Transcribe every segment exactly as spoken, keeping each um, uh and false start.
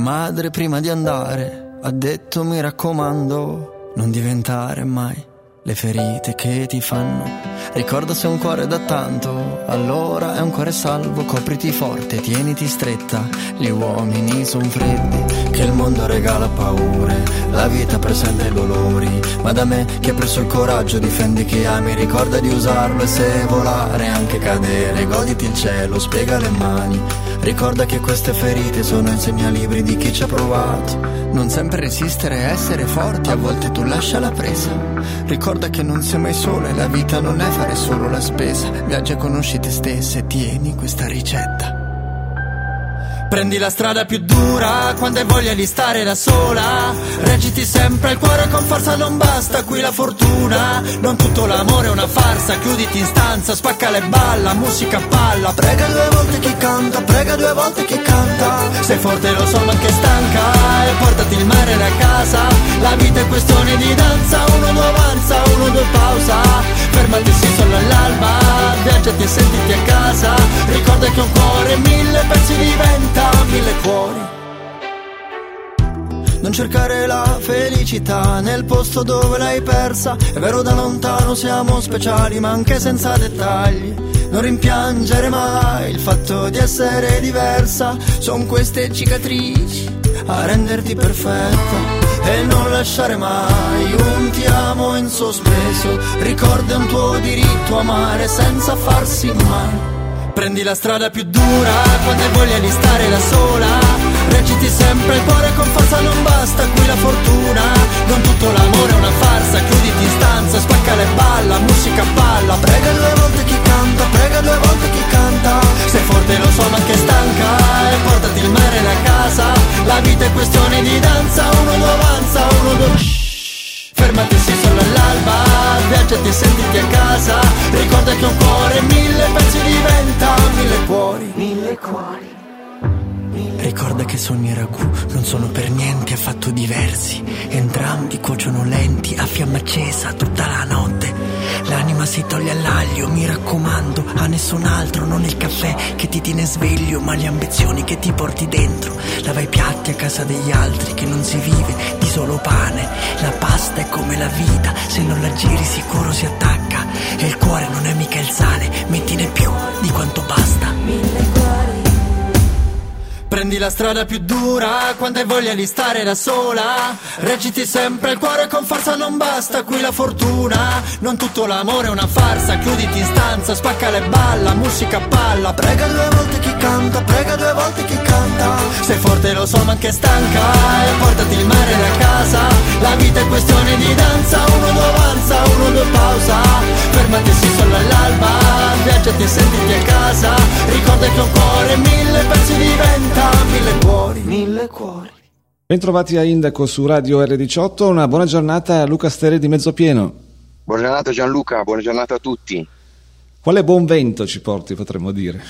madre prima di andare ha detto mi raccomando, non diventare mai le ferite che ti fanno. Ricorda se un cuore da tanto, allora è un cuore salvo. Copriti forte, tieniti stretta, gli uomini son freddi, che il mondo regala paure, la vita presenta i dolori. Ma da me che ha preso il coraggio, difendi chi ami, ricorda di usarlo. E se volare, anche cadere, goditi il cielo, spiega le mani. Ricorda che queste ferite sono insegnalibri di chi ci ha provato. Non sempre resistere e essere forti, a volte tu lascia la presa. Ricorda che non sei mai solo e la vita non è fare solo la spesa. Viaggia, conosci te stessa e tieni questa ricetta. Prendi la strada più dura quando hai voglia di stare da sola. Reggiti sempre il cuore con forza, non basta qui la fortuna. Non tutto l'amore è una farsa, chiuditi in stanza, spacca e balla, musica a palla. Prega due volte chi canta, prega due volte chi canta. Sei forte lo so ma anche stanca, e portati il mare da casa. La vita è questione di danza, uno due avanza, uno due pausa. Fermati sì solo all'alba, viaggiati e sentiti a casa. Ricorda che un cuore mille pezzi diventa mille cuori. Non cercare la felicità nel posto dove l'hai persa. È vero da lontano siamo speciali, ma anche senza dettagli. Non rimpiangere mai il fatto di essere diversa. Son queste cicatrici a renderti perfetta. E non lasciare mai un ti amo in sospeso. Ricorda un tuo diritto amare senza farsi male. Prendi la strada più dura quando hai voglia di stare da sola. Reciti sempre il cuore con forza, non basta qui la fortuna. Non tutto l'amore è una farsa, chiuditi in stanza, spacca e balla, musica a palla. Prega due volte chi canta, prega due volte chi canta. Sei forte lo so ma anche stanca, e portati il mare da casa. La vita è questione di danza, uno due avanza, uno due. Fermati sì solo all'alba, viaggiati e sentiti a casa. Ricorda che un cuore mille pezzi diventa mille cuori. Mille cuori. Ricorda che sogni e ragù non sono per niente affatto diversi. Entrambi cuociono lenti a fiamma accesa tutta la notte. L'anima si toglie all'aglio, mi raccomando, a nessun altro, non il caffè che ti tiene sveglio, ma le ambizioni che ti porti dentro. Lava i piatti a casa degli altri, che non si vive di solo pane. La pasta è come la vita, se non la giri sicuro si attacca. E il cuore non è mica il sale, mettine più di quanto basta. Mille cuori. Prendi la strada più dura quando hai voglia di stare da sola. Reciti sempre il cuore con forza, non basta qui la fortuna. Non tutto l'amore è una farsa, chiuditi in stanza, spacca e balla, musica a palla. Prega due volte chi canta, prega due volte chi canta. Sei forte lo so ma anche stanca, e portati il mare da casa. La vita è questione di danza, uno due avanza, uno due pausa. Fermati sì solo all'alba, viaggiati e sentiti a casa. Ricorda che un cuore mille pezzi diventa mille cuori, mille cuori. Bentrovati a Indaco su Radio erre diciotto, una buona giornata a Luca Steri di Mezzopieno. Buona giornata Gianluca, buona giornata a tutti. Quale buon vento ci porti, potremmo dire?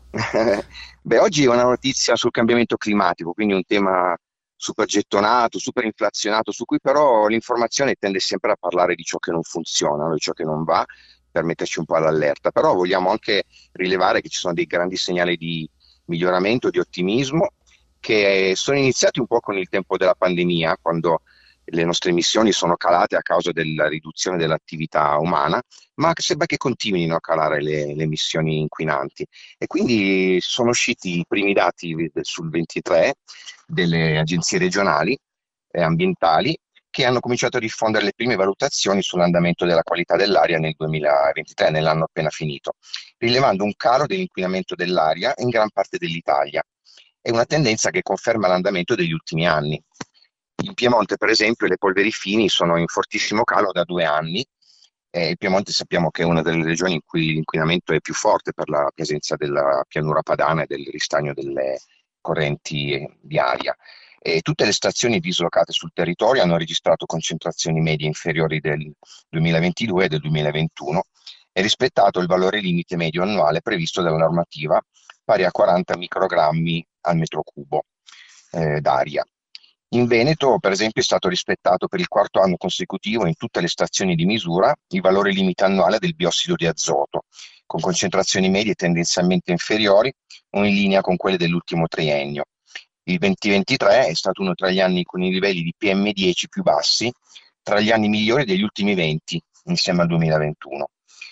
Beh, oggi è una notizia sul cambiamento climatico, quindi un tema super gettonato, super inflazionato, su cui però l'informazione tende sempre a parlare di ciò che non funziona, di ciò che non va, per metterci un po' all'allerta. Però vogliamo anche rilevare che ci sono dei grandi segnali di miglioramento, di ottimismo, che sono iniziati un po' con il tempo della pandemia, quando le nostre emissioni sono calate a causa della riduzione dell'attività umana, ma sembra che continuino a calare le, le emissioni inquinanti. E quindi sono usciti i primi dati sul ventitré delle agenzie regionali eh, ambientali, che hanno cominciato a diffondere le prime valutazioni sull'andamento della qualità dell'aria nel duemilaventitré, nell'anno appena finito, rilevando un calo dell'inquinamento dell'aria in gran parte dell'Italia. È una tendenza che conferma l'andamento degli ultimi anni. In Piemonte, per esempio, le polveri fini sono in fortissimo calo da due anni. Eh, il Piemonte sappiamo che è una delle regioni in cui l'inquinamento è più forte per la presenza della pianura padana e del ristagno delle correnti di aria. E tutte le stazioni dislocate sul territorio hanno registrato concentrazioni medie inferiori del duemilaventidue e del duemilaventuno e rispettato il valore limite medio annuale previsto dalla normativa, pari a quaranta microgrammi al metro cubo eh, d'aria. In Veneto, per esempio, è stato rispettato per il quarto anno consecutivo in tutte le stazioni di misura il valore limite annuale del biossido di azoto, con concentrazioni medie tendenzialmente inferiori o in linea con quelle dell'ultimo triennio. Il duemilaventitré è stato uno tra gli anni con i livelli di P M dieci più bassi, tra gli anni migliori degli ultimi venti, insieme al duemilaventuno.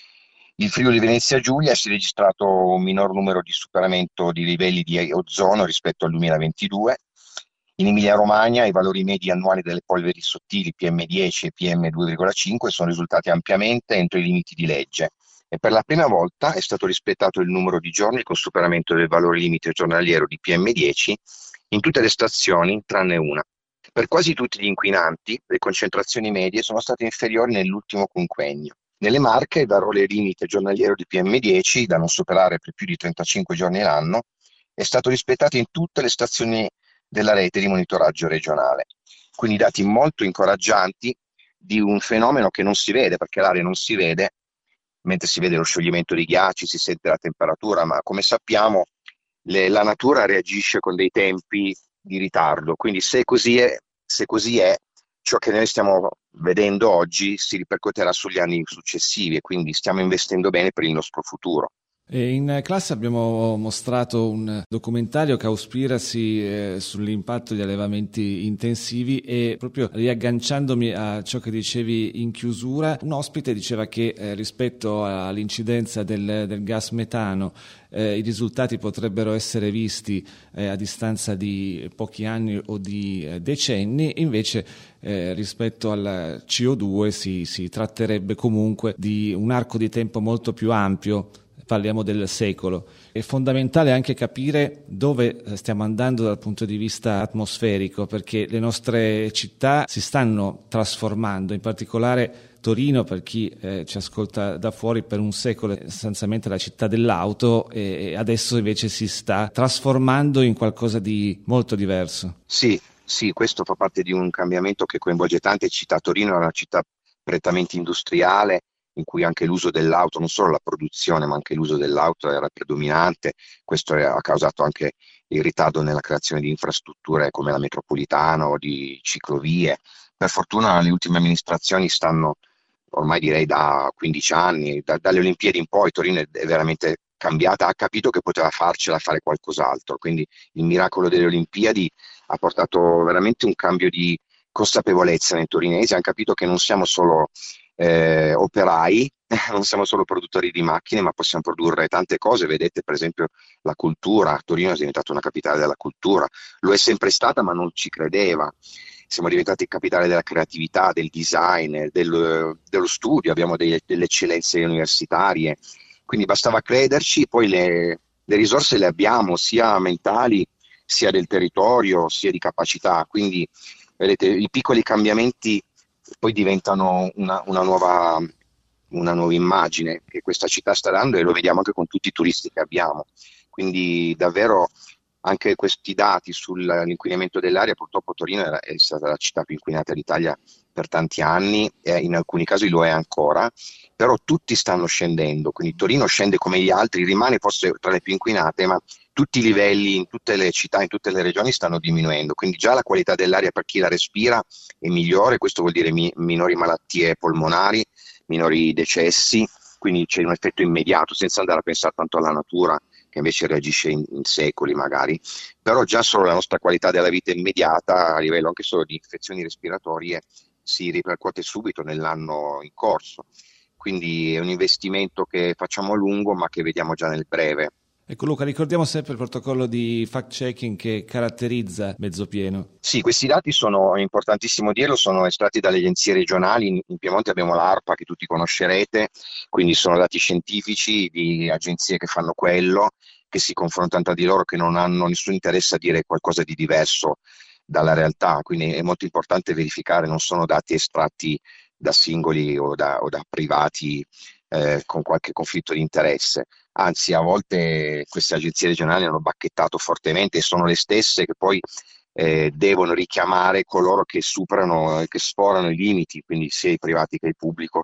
Il Friuli Venezia Giulia si è registrato un minor numero di superamento di livelli di ozono rispetto al duemilaventidue. In Emilia-Romagna i valori medi annuali delle polveri sottili P M dieci e P M due virgola cinque sono risultati ampiamente entro i limiti di legge e per la prima volta è stato rispettato il numero di giorni con superamento del valore limite giornaliero di P M dieci in tutte le stazioni tranne una. Per quasi tutti gli inquinanti le concentrazioni medie sono state inferiori nell'ultimo quinquennio. Nelle Marche il valore limite giornaliero di P M dieci, da non superare per più di trentacinque giorni l'anno, è stato rispettato in tutte le stazioni della rete di monitoraggio regionale. Quindi dati molto incoraggianti di un fenomeno che non si vede, perché l'aria non si vede, mentre si vede lo scioglimento dei ghiacci, si sente la temperatura, ma come sappiamo le, la natura reagisce con dei tempi di ritardo. Quindi se così è, se così è ciò che noi stiamo vedendo oggi si ripercuoterà sugli anni successivi e quindi stiamo investendo bene per il nostro futuro. E in classe abbiamo mostrato un documentario Cowspiracy eh, sull'impatto di allevamenti intensivi e proprio riagganciandomi a ciò che dicevi in chiusura, un ospite diceva che eh, rispetto all'incidenza del, del gas metano eh, i risultati potrebbero essere visti eh, a distanza di pochi anni o di eh, decenni, invece eh, rispetto al C O due si, si tratterebbe comunque di un arco di tempo molto più ampio. Parliamo del secolo. È fondamentale anche capire dove stiamo andando dal punto di vista atmosferico, perché le nostre città si stanno trasformando, in particolare Torino, per chi eh, ci ascolta da fuori, per un secolo è sostanzialmente la città dell'auto e adesso invece si sta trasformando in qualcosa di molto diverso. Sì, sì, questo fa parte di un cambiamento che coinvolge tante città. Torino è una città prettamente industriale, in cui anche l'uso dell'auto, non solo la produzione, ma anche l'uso dell'auto era predominante. Questo ha causato anche il ritardo nella creazione di infrastrutture come la metropolitana o di ciclovie. Per fortuna le ultime amministrazioni stanno, ormai direi da quindici anni, da, dalle Olimpiadi in poi, Torino è veramente cambiata, ha capito che poteva farcela fare qualcos'altro. Quindi il miracolo delle Olimpiadi ha portato veramente un cambio di consapevolezza nei torinesi, hanno capito che non siamo solo Eh, operai, non siamo solo produttori di macchine, ma possiamo produrre tante cose. Vedete per esempio la cultura, Torino è diventata una capitale della cultura, lo è sempre stata ma non ci credeva. Siamo diventati capitale della creatività, del design, del, dello studio, abbiamo delle, delle eccellenze universitarie, quindi bastava crederci, poi le, le risorse le abbiamo sia mentali sia del territorio sia di capacità, quindi vedete i piccoli cambiamenti poi diventano una, una, nuova, una nuova immagine che questa città sta dando e lo vediamo anche con tutti i turisti che abbiamo. Quindi davvero anche questi dati sull'inquinamento dell'aria, purtroppo Torino era, è stata la città più inquinata d'Italia per tanti anni e in alcuni casi lo è ancora, però tutti stanno scendendo, quindi Torino scende come gli altri, rimane forse tra le più inquinate, ma tutti i livelli in tutte le città, in tutte le regioni stanno diminuendo, quindi già la qualità dell'aria per chi la respira è migliore, questo vuol dire mi- minori malattie polmonari, minori decessi, quindi c'è un effetto immediato senza andare a pensare tanto alla natura che invece reagisce in, in secoli magari, però già solo la nostra qualità della vita immediata a livello anche solo di infezioni respiratorie si ripercuote subito nell'anno in corso, quindi è un investimento che facciamo a lungo ma che vediamo già nel breve. Ecco Luca, ricordiamo sempre il protocollo di fact-checking che caratterizza Mezzopieno. Sì, questi dati sono, è importantissimo dirlo, sono estratti dalle agenzie regionali. In, in Piemonte abbiamo l'ARPA che tutti conoscerete, quindi sono dati scientifici di agenzie che fanno quello, che si confrontano tra di loro, che non hanno nessun interesse a dire qualcosa di diverso dalla realtà, quindi è molto importante verificare, non sono dati estratti da singoli o da, o da privati eh, con qualche conflitto di interesse. Anzi, a volte queste agenzie regionali hanno bacchettato fortemente e sono le stesse che poi eh, devono richiamare coloro che superano, che sforano i limiti, quindi sia i privati che il pubblico.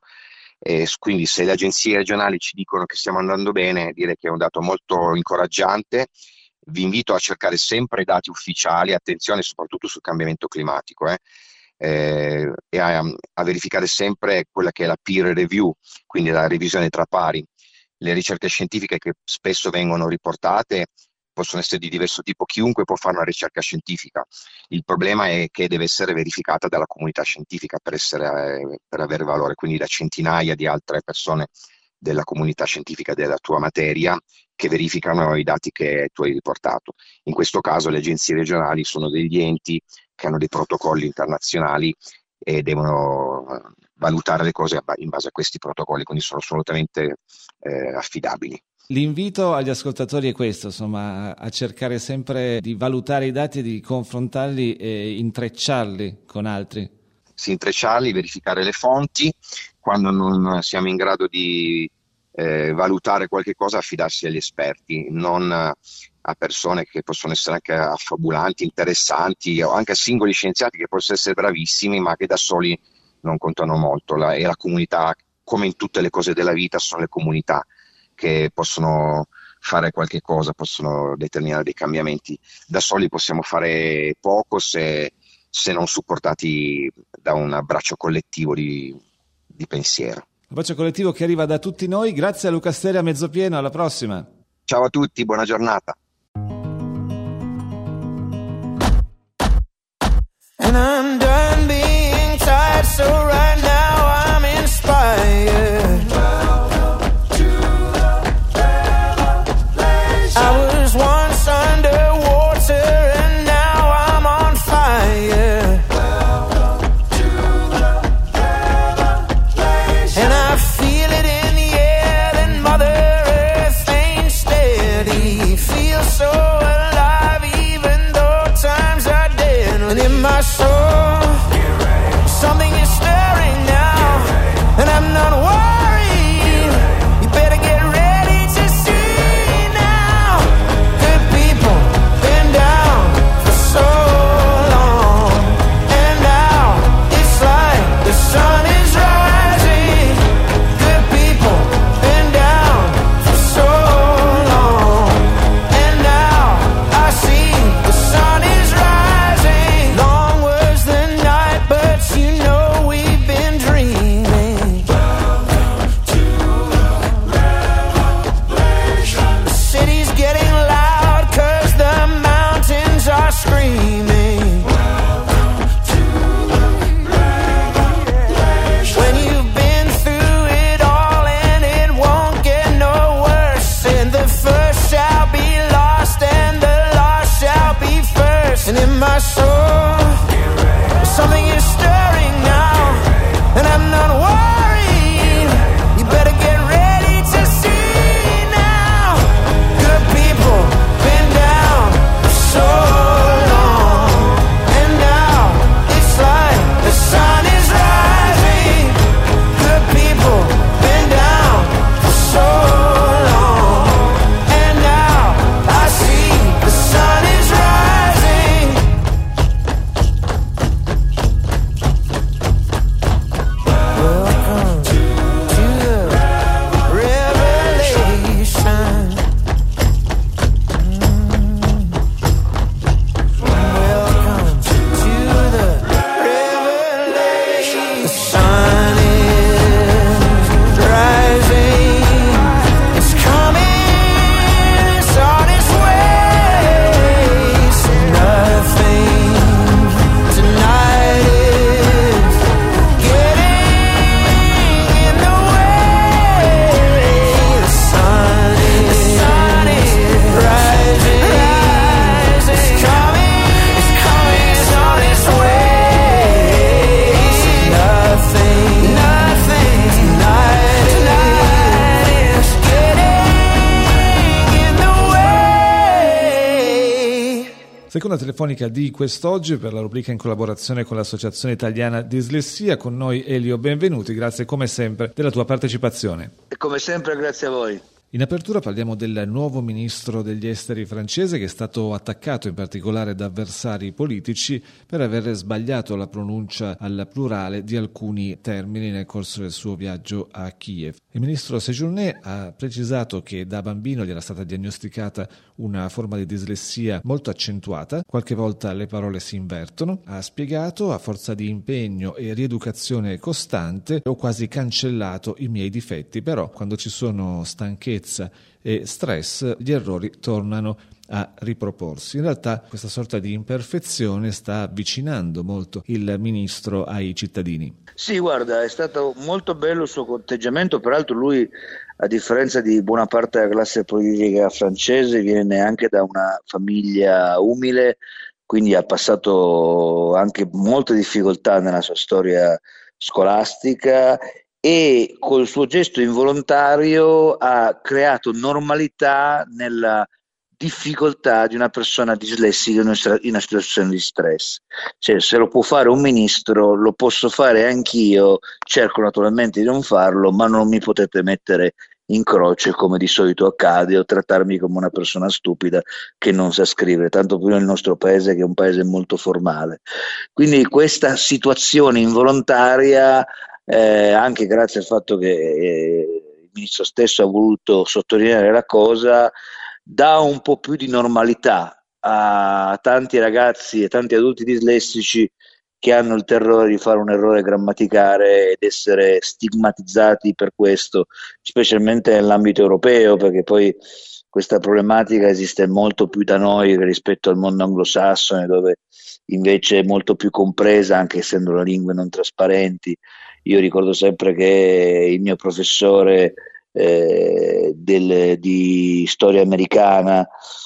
E quindi se le agenzie regionali ci dicono che stiamo andando bene, direi che è un dato molto incoraggiante. Vi invito a cercare sempre dati ufficiali, attenzione soprattutto sul cambiamento climatico, eh. Eh, e a, a verificare sempre quella che è la peer review, quindi la revisione tra pari. Le ricerche scientifiche che spesso vengono riportate possono essere di diverso tipo, chiunque può fare una ricerca scientifica. Il problema è che deve essere verificata dalla comunità scientifica per, essere, per avere valore, quindi da centinaia di altre persone della comunità scientifica della tua materia che verificano i dati che tu hai riportato. In questo caso le agenzie regionali sono degli enti che hanno dei protocolli internazionali e devono valutare le cose in base a questi protocolli, quindi sono assolutamente eh, affidabili. L'invito agli ascoltatori è questo, insomma, a cercare sempre di valutare i dati e di confrontarli e intrecciarli con altri. Sì, intrecciarli, verificare le fonti, quando non siamo in grado di eh, valutare qualche cosa, affidarsi agli esperti, non a persone che possono essere anche affabulanti, interessanti, o anche a singoli scienziati che possono essere bravissimi, ma che da soli non contano molto. La, e la comunità, come in tutte le cose della vita, sono le comunità che possono fare qualche cosa, possono determinare dei cambiamenti. Da soli possiamo fare poco se, se non supportati da un abbraccio collettivo di, di pensiero. Un abbraccio collettivo che arriva da tutti noi. Grazie a Luca Sterri a Mezzopieno, alla prossima. Ciao a tutti, buona giornata. And I'm done being tired, so right now I'm inspired. Welcome to the revelation. I was once underwater and now I'm on fire. Welcome to the revelation. And I feel it in the air that Mother Earth ain't steady. Feel so alive even though times are dead. And in my soul something is stirring now, and I'm not worried. You better get ready to see now. Good people been down for so long, and now it's like the sun is rising. Good people been down for so long, and now I see the sun is rising. Long was the night, but you know we've been dreaming. Welcome to the revelation. The city's getting loud 'cause the mountains are screaming. Welcome to the revelation. When you've been through it all and it won't get no worse, and the first shall be lost and the lost shall be first. And in my soul something is stirring now, and I'm not worried. You better get ready to see now. Good people been down for so long, and now it's like the sun is rising. Good people been down for so long, and now I see the sun is rising. Welcome to the revelation. Mm. Welcome to the revelation. The sun is rising. It's coming. It's on its way. So nothing tonight is getting in the way. The sun is, the sun is rising, rising. It's coming, it's coming, it's on its way. Nothing, nothing tonight, tonight is getting in the way. Seconda telefonica di quest'oggi per la rubrica in collaborazione con l'Associazione Italiana Dislessia. Con noi Elio, benvenuti, grazie come sempre della tua partecipazione. E come sempre grazie a voi. In apertura parliamo del nuovo ministro degli esteri francese che è stato attaccato in particolare da avversari politici per aver sbagliato la pronuncia al plurale di alcuni termini nel corso del suo viaggio a Kiev. Il ministro Séjourné ha precisato che da bambino gli era stata diagnosticata una forma di dislessia molto accentuata, qualche volta le parole si invertono. Ha spiegato: a forza di impegno e rieducazione costante ho quasi cancellato i miei difetti, però quando ci sono stanchezza stanchezza e stress, gli errori tornano a riproporsi. In realtà questa sorta di imperfezione sta avvicinando molto il ministro ai cittadini. Sì, guarda, è stato molto bello il suo atteggiamento, peraltro lui, a differenza di buona parte della classe politica francese, viene anche da una famiglia umile, quindi ha passato anche molte difficoltà nella sua storia scolastica e col suo gesto involontario ha creato normalità nella difficoltà di una persona dislessica in una situazione di stress. Cioè, se lo può fare un ministro, lo posso fare anch'io, cerco naturalmente di non farlo, ma non mi potete mettere in croce come di solito accade o trattarmi come una persona stupida che non sa scrivere, tanto più nel nostro paese che è un paese molto formale. Quindi questa situazione involontaria, eh, anche grazie al fatto che eh, il ministro stesso ha voluto sottolineare la cosa, dà un po' più di normalità a tanti ragazzi e tanti adulti dislessici che hanno il terrore di fare un errore grammaticale ed essere stigmatizzati per questo, specialmente nell'ambito europeo, perché poi questa problematica esiste molto più da noi rispetto al mondo anglosassone, dove invece è molto più compresa, anche essendo le lingue non trasparenti. Io ricordo sempre che il mio professore eh, del, di storia americana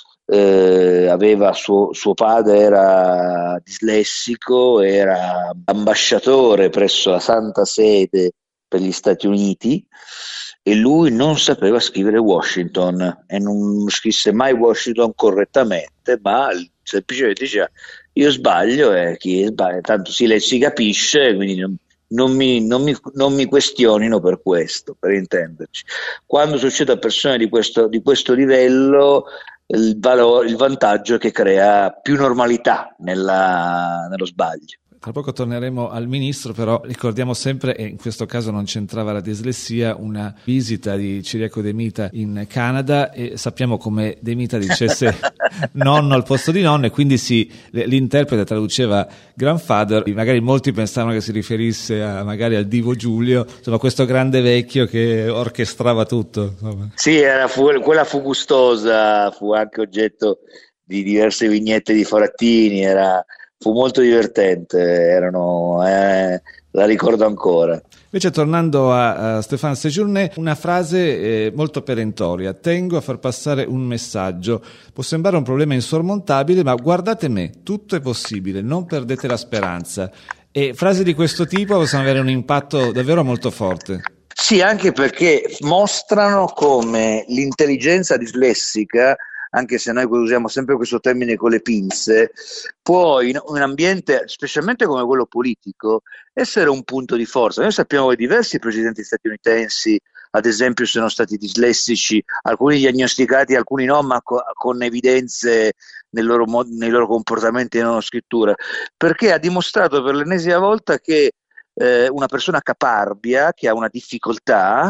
Eh, aveva suo, suo padre era dislessico, era ambasciatore presso la Santa Sede per gli Stati Uniti e lui non sapeva scrivere Washington e non scrisse mai Washington correttamente, ma semplicemente diceva io sbaglio e chi sbaglia, tanto si, si capisce, quindi non, non, mi, non, mi, non mi questionino per questo, per intenderci. Quando succede a persone di questo, di questo livello, Il, valore, il vantaggio è che crea più normalità nella, nello sbaglio. Tra poco torneremo al ministro, però ricordiamo sempre, e in questo caso non c'entrava la dislessia, una visita di Ciriaco De Mita in Canada e sappiamo come De Mita dicesse nonno al posto di nonno e quindi si, l'interprete traduceva grandfather, magari molti pensavano che si riferisse a, magari al divo Giulio, insomma questo grande vecchio che orchestrava tutto. Insomma. Sì, era, fu, quella fu gustosa, fu anche oggetto di diverse vignette di Forattini, era... fu molto divertente, erano, eh, la ricordo ancora. Invece tornando a, a Stéphane Séjourné, una frase eh, molto perentoria: tengo a far passare un messaggio, può sembrare un problema insormontabile ma guardate me, tutto è possibile, non perdete la speranza. E frasi di questo tipo possono avere un impatto davvero molto forte. Sì, anche perché mostrano come l'intelligenza dislessica, anche se noi usiamo sempre questo termine con le pinze, può in un ambiente, specialmente come quello politico, essere un punto di forza. Noi sappiamo che diversi presidenti statunitensi, ad esempio, sono stati dislessici, alcuni diagnosticati, alcuni no, ma co- con evidenze nel loro, mod- nei loro comportamenti e nella loro scrittura, perché ha dimostrato per l'ennesima volta che eh, una persona caparbia, che ha una difficoltà,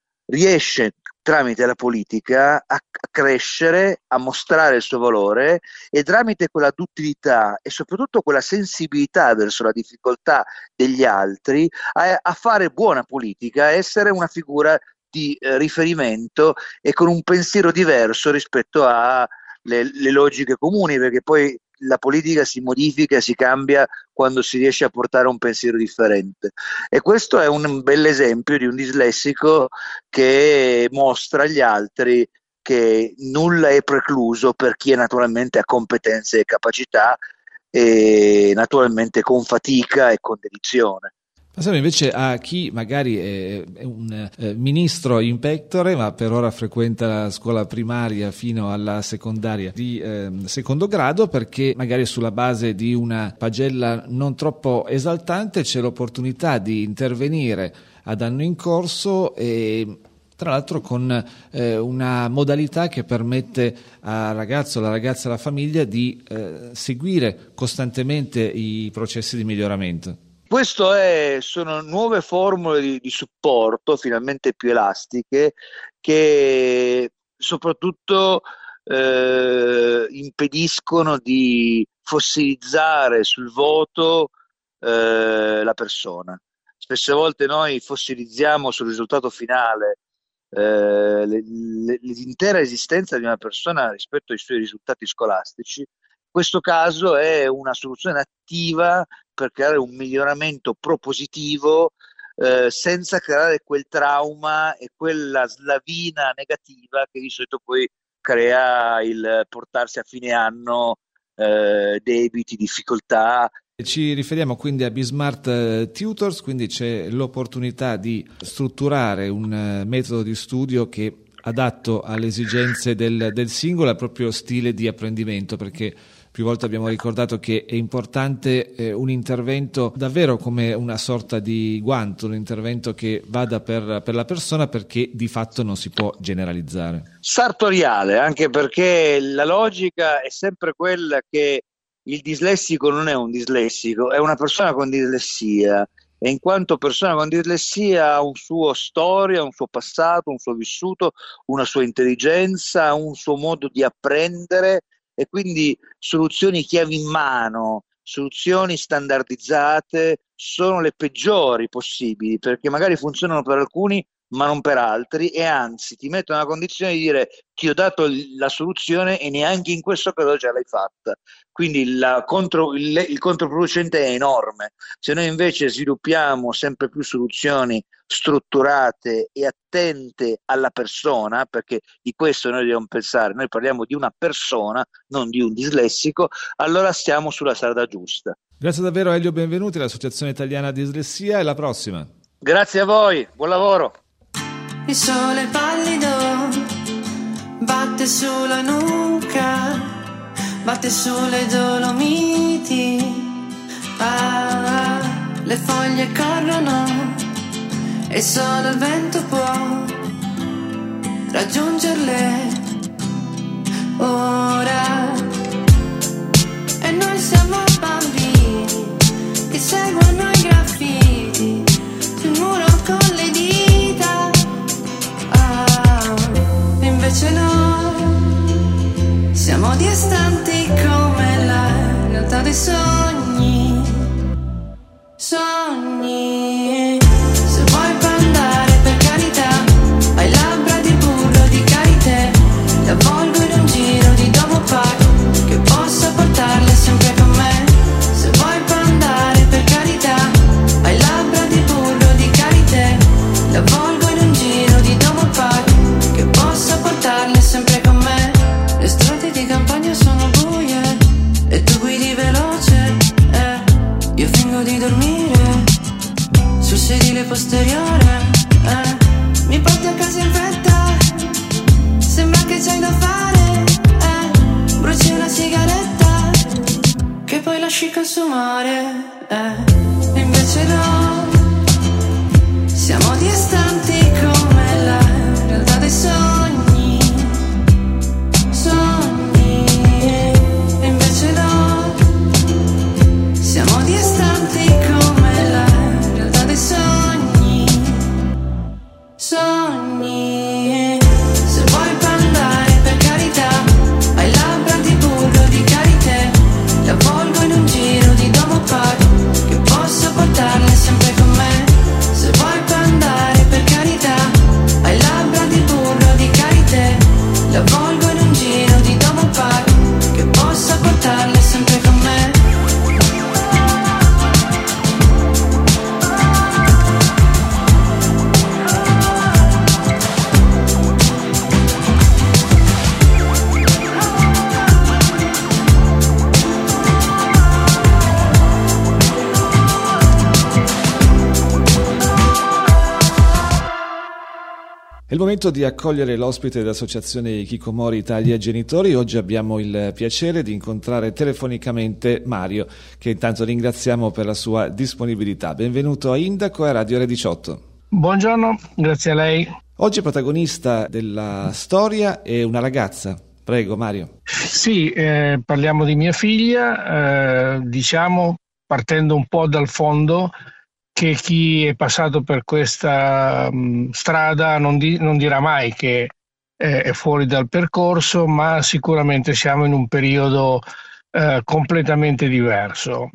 riesce tramite la politica a crescere, a mostrare il suo valore e tramite quella duttilità e soprattutto quella sensibilità verso la difficoltà degli altri a, a fare buona politica, a essere una figura di eh, riferimento e con un pensiero diverso rispetto alle logiche comuni, perché poi la politica si modifica, si cambia quando si riesce a portare un pensiero differente. E questo è un bel esempio di un dislessico che mostra agli altri che nulla è precluso per chi è naturalmente ha competenze e capacità e naturalmente con fatica e con dedizione. Passiamo invece a chi magari è un ministro in pectore, ma per ora frequenta la scuola primaria fino alla secondaria di eh, secondo grado, perché magari sulla base di una pagella non troppo esaltante c'è l'opportunità di intervenire ad anno in corso e tra l'altro con eh, una modalità che permette al ragazzo, alla ragazza, alla famiglia di eh, seguire costantemente i processi di miglioramento. Questo è, sono nuove formule di, di supporto, finalmente più elastiche, che soprattutto eh, impediscono di fossilizzare sul voto eh, la persona. Spesse volte noi fossilizziamo sul risultato finale eh, le- le- l'intera esistenza di una persona rispetto ai suoi risultati scolastici. In questo caso è una soluzione attiva per creare un miglioramento propositivo, eh, senza creare quel trauma e quella slavina negativa che di solito poi crea il portarsi a fine anno eh, debiti, difficoltà. Ci riferiamo quindi a Bismart eh, Tutors, quindi c'è l'opportunità di strutturare un eh, metodo di studio che adatto alle esigenze del, del singolo, al proprio stile di apprendimento, perché più volte abbiamo ricordato che è importante eh, un intervento davvero come una sorta di guanto, un intervento che vada per, per la persona, perché di fatto non si può generalizzare. Sartoriale, anche perché la logica è sempre quella che il dislessico non è un dislessico, è una persona con dislessia, e in quanto persona con dislessia ha un suo storia, un suo passato, un suo vissuto, una sua intelligenza, un suo modo di apprendere, e quindi soluzioni chiavi in mano, soluzioni standardizzate sono le peggiori possibili, perché magari funzionano per alcuni ma non per altri, e anzi ti mettono nella condizione di dire: ti ho dato la soluzione e neanche in questo caso ce l'hai fatta. Quindi la contro, il, il controproducente è enorme. Se noi invece sviluppiamo sempre più soluzioni strutturate e attente alla persona, perché di questo noi dobbiamo pensare, noi parliamo di una persona, non di un dislessico, allora stiamo sulla strada giusta. Grazie davvero Elio, benvenuti all'Associazione Italiana Dislessia, e alla prossima. Grazie a voi, buon lavoro. Il sole pallido batte sulla nuca, batte sulle Dolomiti, ah, le foglie corrono e solo il vento può raggiungerle ora. E noi siamo bambini che seguono i graffiti sul muro con le dita, ah, invece noi siamo distanti come la realtà dei sogni, sogni. Se vuoi andare, per carità, hai labbra di burro, di karité, le avvolgo in un giro di domo pack, che possa portarle sempre con me. Se vuoi andare, per carità, hai labbra di burro, di karité, le avvolgo in un giro di domo pack, che possa portarle sempre con me. Le strade di campagna sono buie e tu guidi veloce, eh. Io fingo di dormire sul sedile posteriore, eh. Mi porti a casa in fretta, sembra che c'hai da fare, eh. Bruci una sigaretta che poi lasci consumare, eh. E invece no, siamo distanti come la realtà dei sogni, sogni. E invece no, siamo distanti come la realtà dei sogni, sogni. Se vuoi andare, per carità, hai labbra di burro, di karité, le avvolgo in un giro di domo pack, che posso portarle sempre con me. Se vuoi andare, per carità, hai labbra di burro, di karité, le avvolgo in un giro di domo pack, che posso portarle sempre con me. È il momento di accogliere l'ospite dell'Associazione Hikikomori Italia Genitori. Oggi abbiamo il piacere di incontrare telefonicamente Mario, che intanto ringraziamo per la sua disponibilità. Benvenuto a Indaco e a Radio R diciotto. Buongiorno, grazie a lei. Oggi protagonista della storia è una ragazza. Prego Mario. Sì, eh, parliamo di mia figlia, eh, diciamo partendo un po' dal fondo, che chi è passato per questa mh, strada non, di, non dirà mai che eh, è fuori dal percorso, ma sicuramente siamo in un periodo eh, completamente diverso.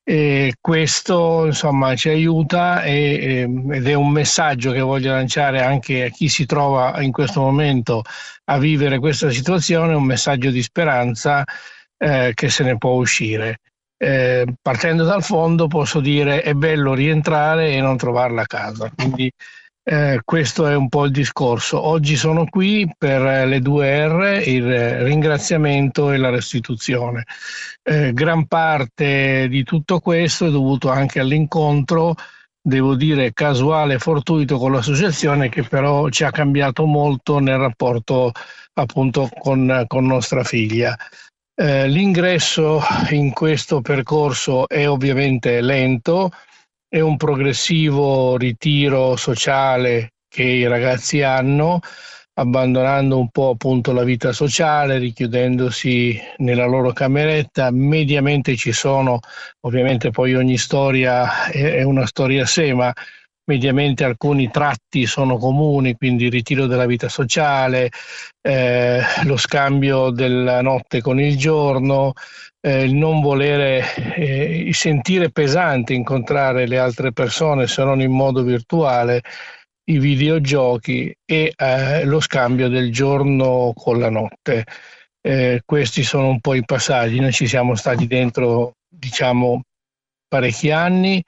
E questo insomma ci aiuta e, ed è un messaggio che voglio lanciare anche a chi si trova in questo momento a vivere questa situazione, un messaggio di speranza eh, che se ne può uscire. Eh, partendo dal fondo posso dire è bello rientrare e non trovarla a casa, quindi eh, questo è un po' il discorso. Oggi sono qui per le due R, il ringraziamento e la restituzione. Eh, gran parte di tutto questo è dovuto anche all'incontro, devo dire casuale e fortuito, con l'associazione, che però ci ha cambiato molto nel rapporto appunto con, con nostra figlia. Eh, l'ingresso in questo percorso è ovviamente lento, è un progressivo ritiro sociale che i ragazzi hanno, abbandonando un po' appunto la vita sociale, richiudendosi nella loro cameretta. Mediamente ci sono, ovviamente poi ogni storia è una storia a sé, ma mediamente alcuni tratti sono comuni, quindi il ritiro della vita sociale, eh, lo scambio della notte con il giorno, eh, il non volere, eh, il sentire pesante incontrare le altre persone se non in modo virtuale, i videogiochi e eh, lo scambio del giorno con la notte. Eh, questi sono un po' i passaggi. Noi ci siamo stati dentro, diciamo, parecchi anni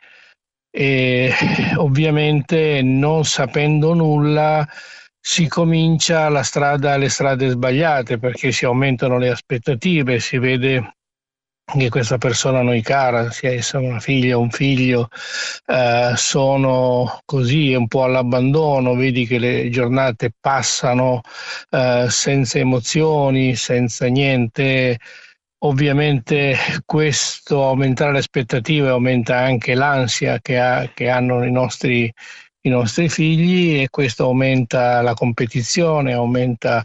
e ovviamente non sapendo nulla si comincia la strada, le strade sbagliate, perché si aumentano le aspettative, si vede che questa persona a noi cara, sia essa una figlia o un figlio, eh, sono così un po' all'abbandono, vedi che le giornate passano eh, senza emozioni, senza niente. Ovviamente questo aumentare le aspettative aumenta anche l'ansia che, ha, che hanno i nostri, i nostri figli, e questo aumenta la competizione, aumenta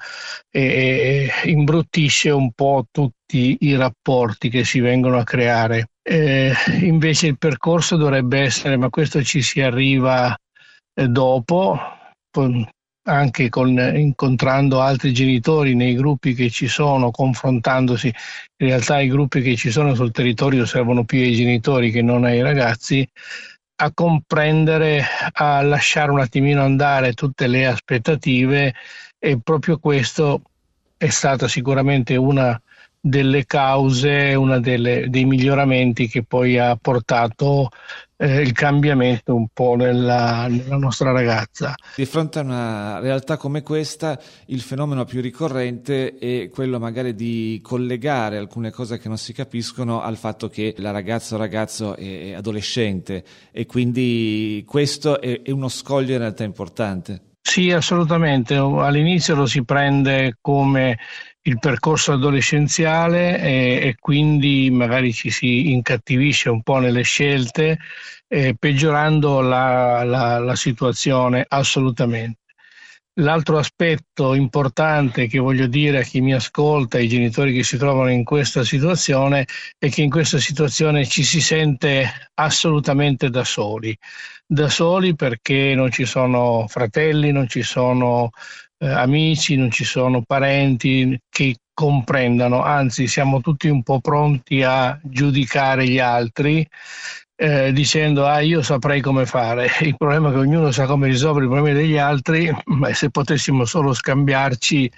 e, e imbruttisce un po' tutti i rapporti che si vengono a creare. Eh, invece il percorso dovrebbe essere, ma questo ci si arriva eh, dopo, con, anche con, incontrando altri genitori nei gruppi che ci sono, confrontandosi. In realtà i gruppi che ci sono sul territorio servono più ai genitori che non ai ragazzi, a comprendere, a lasciare un attimino andare tutte le aspettative, e proprio questo è stata sicuramente una delle cause, una delle, dei miglioramenti che poi ha portato eh, il cambiamento un po' nella, nella nostra ragazza. Di fronte a una realtà come questa, il fenomeno più ricorrente è quello magari di collegare alcune cose che non si capiscono al fatto che la ragazza o ragazzo è adolescente, e quindi questo è, è uno scoglio in realtà importante. Sì, assolutamente. All'inizio lo si prende come il percorso adolescenziale e, e quindi magari ci si incattivisce un po' nelle scelte, eh, peggiorando la, la, la situazione assolutamente. L'altro aspetto importante che voglio dire a chi mi ascolta, ai genitori che si trovano in questa situazione, è che in questa situazione ci si sente assolutamente da soli. Da soli perché non ci sono fratelli, non ci sono eh, amici, non ci sono parenti che comprendano, anzi siamo tutti un po' pronti a giudicare gli altri, eh, dicendo ah io saprei come fare. Il problema è che ognuno sa come risolvere i problemi degli altri, ma se potessimo solo scambiarci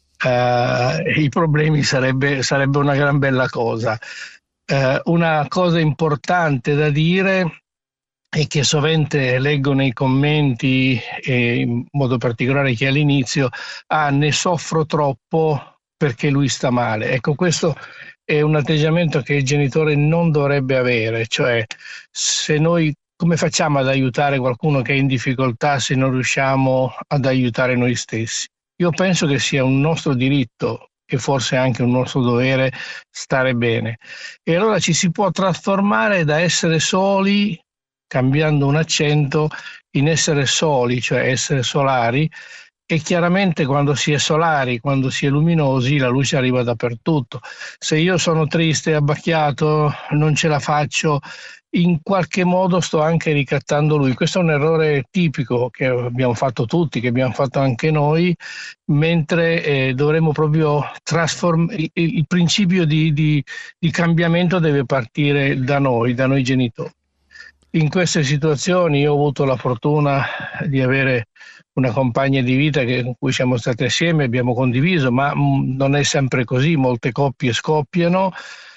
eh, i problemi sarebbe, sarebbe una gran bella cosa. Eh, una cosa importante da dire e che sovente leggo nei commenti, e in modo particolare chi all'inizio, ah ne soffro troppo perché lui sta male. Ecco, questo è un atteggiamento che il genitore non dovrebbe avere, cioè se noi come facciamo ad aiutare qualcuno che è in difficoltà se non riusciamo ad aiutare noi stessi? Io penso che sia un nostro diritto e forse anche un nostro dovere stare bene, e allora ci si può trasformare da essere soli, cambiando un accento, in essere soli, cioè essere solari, E chiaramente quando si è solari, quando si è luminosi, la luce arriva dappertutto. Se io sono triste, abbacchiato, non ce la faccio, in qualche modo sto anche ricattando lui. Questo è un errore tipico che abbiamo fatto tutti, che abbiamo fatto anche noi, mentre eh, dovremmo proprio trasformare il, il principio di, di, di cambiamento deve partire da noi, da noi genitori. In queste situazioni io ho avuto la fortuna di avere una compagna di vita che, con cui siamo stati assieme, abbiamo condiviso, ma mh, non è sempre così, molte coppie scoppiano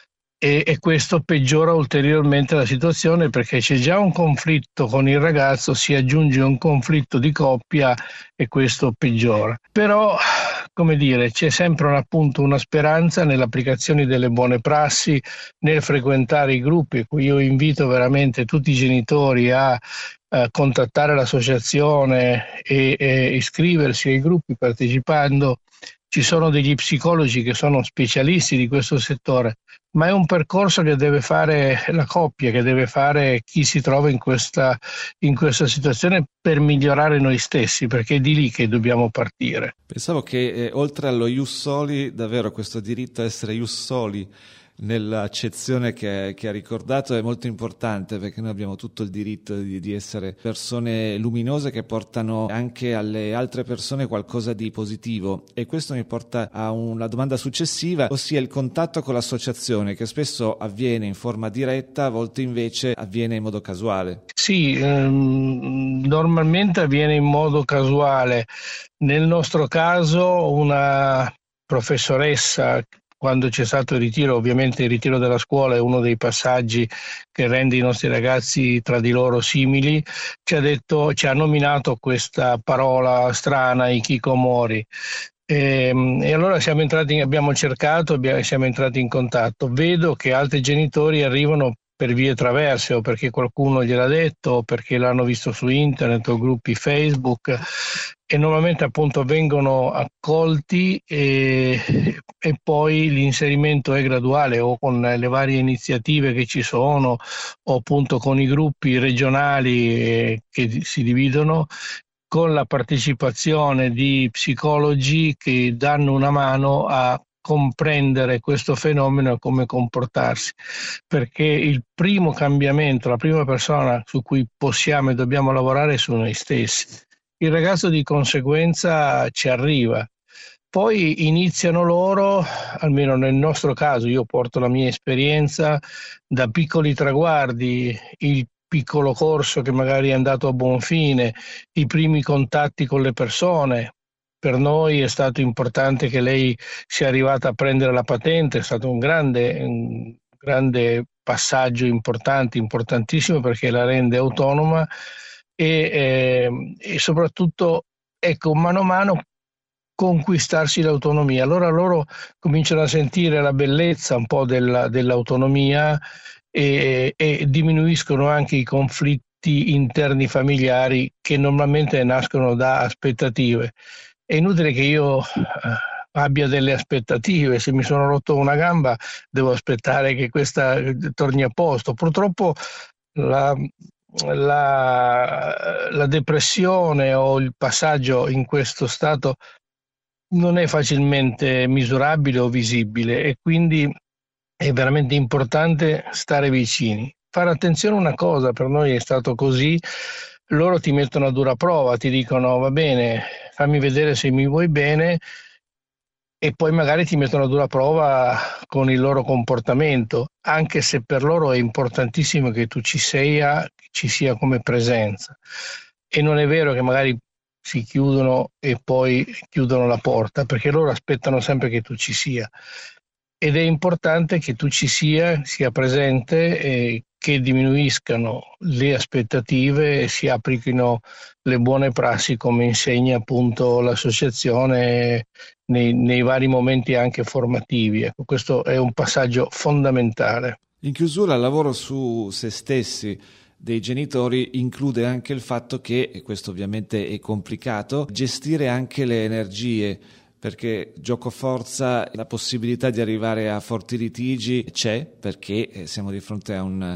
e, e questo peggiora ulteriormente la situazione, perché c'è già un conflitto con il ragazzo, si aggiunge un conflitto di coppia e questo peggiora. Però, come dire, c'è sempre un, appunto una speranza nell'applicazione delle buone prassi, nel frequentare i gruppi. Io invito veramente tutti i genitori a eh, contattare l'associazione e, e iscriversi ai gruppi partecipando. Ci sono degli psicologi che sono specialisti di questo settore, ma è un percorso che deve fare la coppia, che deve fare chi si trova in questa, in questa situazione per migliorare noi stessi, perché è di lì che dobbiamo partire. Pensavo che eh, oltre allo ius soli, davvero questo diritto a essere ius soli nell'accezione che, che ha ricordato è molto importante, perché noi abbiamo tutto il diritto di, di essere persone luminose che portano anche alle altre persone qualcosa di positivo, e questo mi porta a una domanda successiva, ossia il contatto con l'associazione, che spesso avviene in forma diretta, a volte invece avviene in modo casuale. Sì, ehm, normalmente avviene in modo casuale. Nel nostro caso una professoressa, quando c'è stato il ritiro, ovviamente il ritiro della scuola è uno dei passaggi che rende i nostri ragazzi tra di loro simili, ci ha detto, ci ha nominato questa parola strana, hikikomori. E, e allora siamo entrati, abbiamo cercato, abbiamo, siamo entrati in contatto. Vedo che altri genitori arrivano per vie traverse, o perché qualcuno gliel'ha detto, o perché l'hanno visto su internet o gruppi Facebook, e normalmente appunto vengono accolti e, e poi l'inserimento è graduale, o con le varie iniziative che ci sono, o appunto con i gruppi regionali eh, che si dividono, con la partecipazione di psicologi che danno una mano a comprendere questo fenomeno e come comportarsi, perché il primo cambiamento, la prima persona su cui possiamo e dobbiamo lavorare è su noi stessi. Il ragazzo di conseguenza ci arriva, poi iniziano loro, almeno nel nostro caso, io porto la mia esperienza, da piccoli traguardi, il piccolo corso che magari è andato a buon fine, i primi contatti con le persone. Per noi è stato importante che lei sia arrivata a prendere la patente, è stato un grande, un grande passaggio importante, importantissimo, perché la rende autonoma e, eh, e soprattutto, ecco, mano a mano conquistarsi l'autonomia. Allora loro cominciano a sentire la bellezza un po' della, dell'autonomia e, e diminuiscono anche i conflitti interni familiari che normalmente nascono da aspettative. È inutile che io abbia delle aspettative, se mi sono rotto una gamba devo aspettare che questa torni a posto. Purtroppo la, la, la depressione o il passaggio in questo stato non è facilmente misurabile o visibile, e quindi è veramente importante stare vicini. Fare attenzione a una cosa, per noi è stato così: loro ti mettono a dura prova, ti dicono va bene, fammi vedere se mi vuoi bene, e poi magari ti mettono a dura prova con il loro comportamento, anche se per loro è importantissimo che tu ci sia, ci sia come presenza. E non è vero che magari si chiudono e poi chiudono la porta, perché loro aspettano sempre che tu ci sia. Ed è importante che tu ci sia, sia presente, e che diminuiscano le aspettative e si applichino le buone prassi, come insegna appunto l'associazione nei, nei vari momenti anche formativi. Ecco, questo è un passaggio fondamentale. In chiusura, il lavoro su se stessi dei genitori include anche il fatto che, e questo ovviamente è complicato, gestire anche le energie, perché gioco forza, la possibilità di arrivare a forti litigi c'è, perché siamo di fronte a un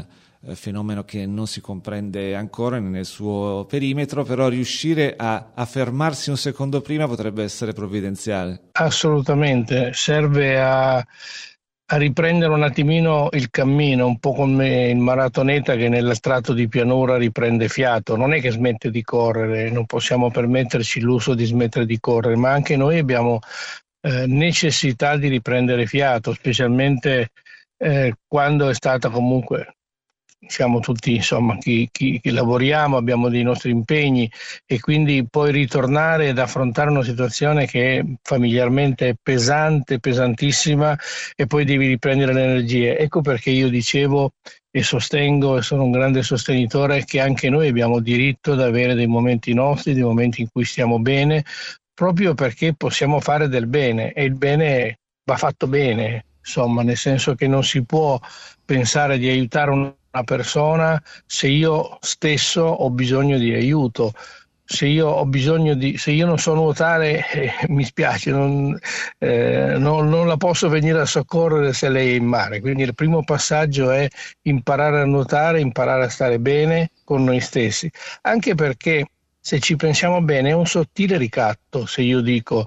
eh, fenomeno che non si comprende ancora nel suo perimetro, però riuscire a, a fermarsi un secondo prima potrebbe essere provvidenziale. Assolutamente, serve a, a riprendere un attimino il cammino, un po' come il maratoneta che nel tratto di pianura riprende fiato. Non è che smette di correre, non possiamo permetterci l'uso di smettere di correre, ma anche noi abbiamo eh, necessità di riprendere fiato, specialmente eh, quando è stata comunque... Siamo tutti, insomma, chi, chi, chi lavoriamo, abbiamo dei nostri impegni e quindi poi ritornare ed affrontare una situazione che è familiarmente pesante, pesantissima, e poi devi riprendere le energie. Ecco perché io dicevo e sostengo e sono un grande sostenitore che anche noi abbiamo diritto ad avere dei momenti nostri, dei momenti in cui stiamo bene, proprio perché possiamo fare del bene, e il bene va fatto bene, insomma, nel senso che non si può pensare di aiutare un una persona se io stesso ho bisogno di aiuto. Se io ho bisogno di, se io non so nuotare, eh, mi spiace, non, eh, non, non la posso venire a soccorrere se lei è in mare. Quindi il primo passaggio è imparare a nuotare, imparare a stare bene con noi stessi, anche perché se ci pensiamo bene è un sottile ricatto se io dico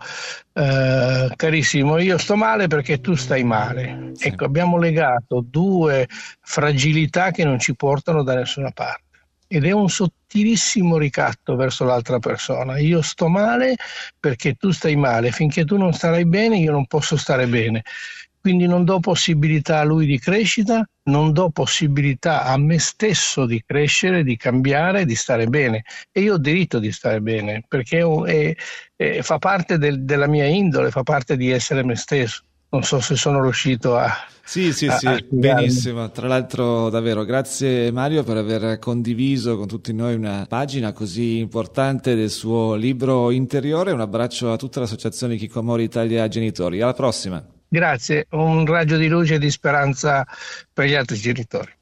eh, carissimo, io sto male perché tu stai male. Sì. Ecco, abbiamo legato due fragilità che non ci portano da nessuna parte, ed è un sottilissimo ricatto verso l'altra persona. Io sto male perché tu stai male, finché tu non starai bene io non posso stare bene. Quindi non do possibilità a lui di crescita, non do possibilità a me stesso di crescere, di cambiare, di stare bene. E io ho diritto di stare bene, perché è, è, fa parte del, della mia indole, fa parte di essere me stesso. Non so se sono riuscito a... Sì, sì, a, sì, a benissimo. Tra l'altro davvero grazie Mario per aver condiviso con tutti noi una pagina così importante del suo libro interiore. Un abbraccio a tutta l'associazione Hikikomori Italia Genitori. Alla prossima. Grazie, un raggio di luce e di speranza per gli altri genitori.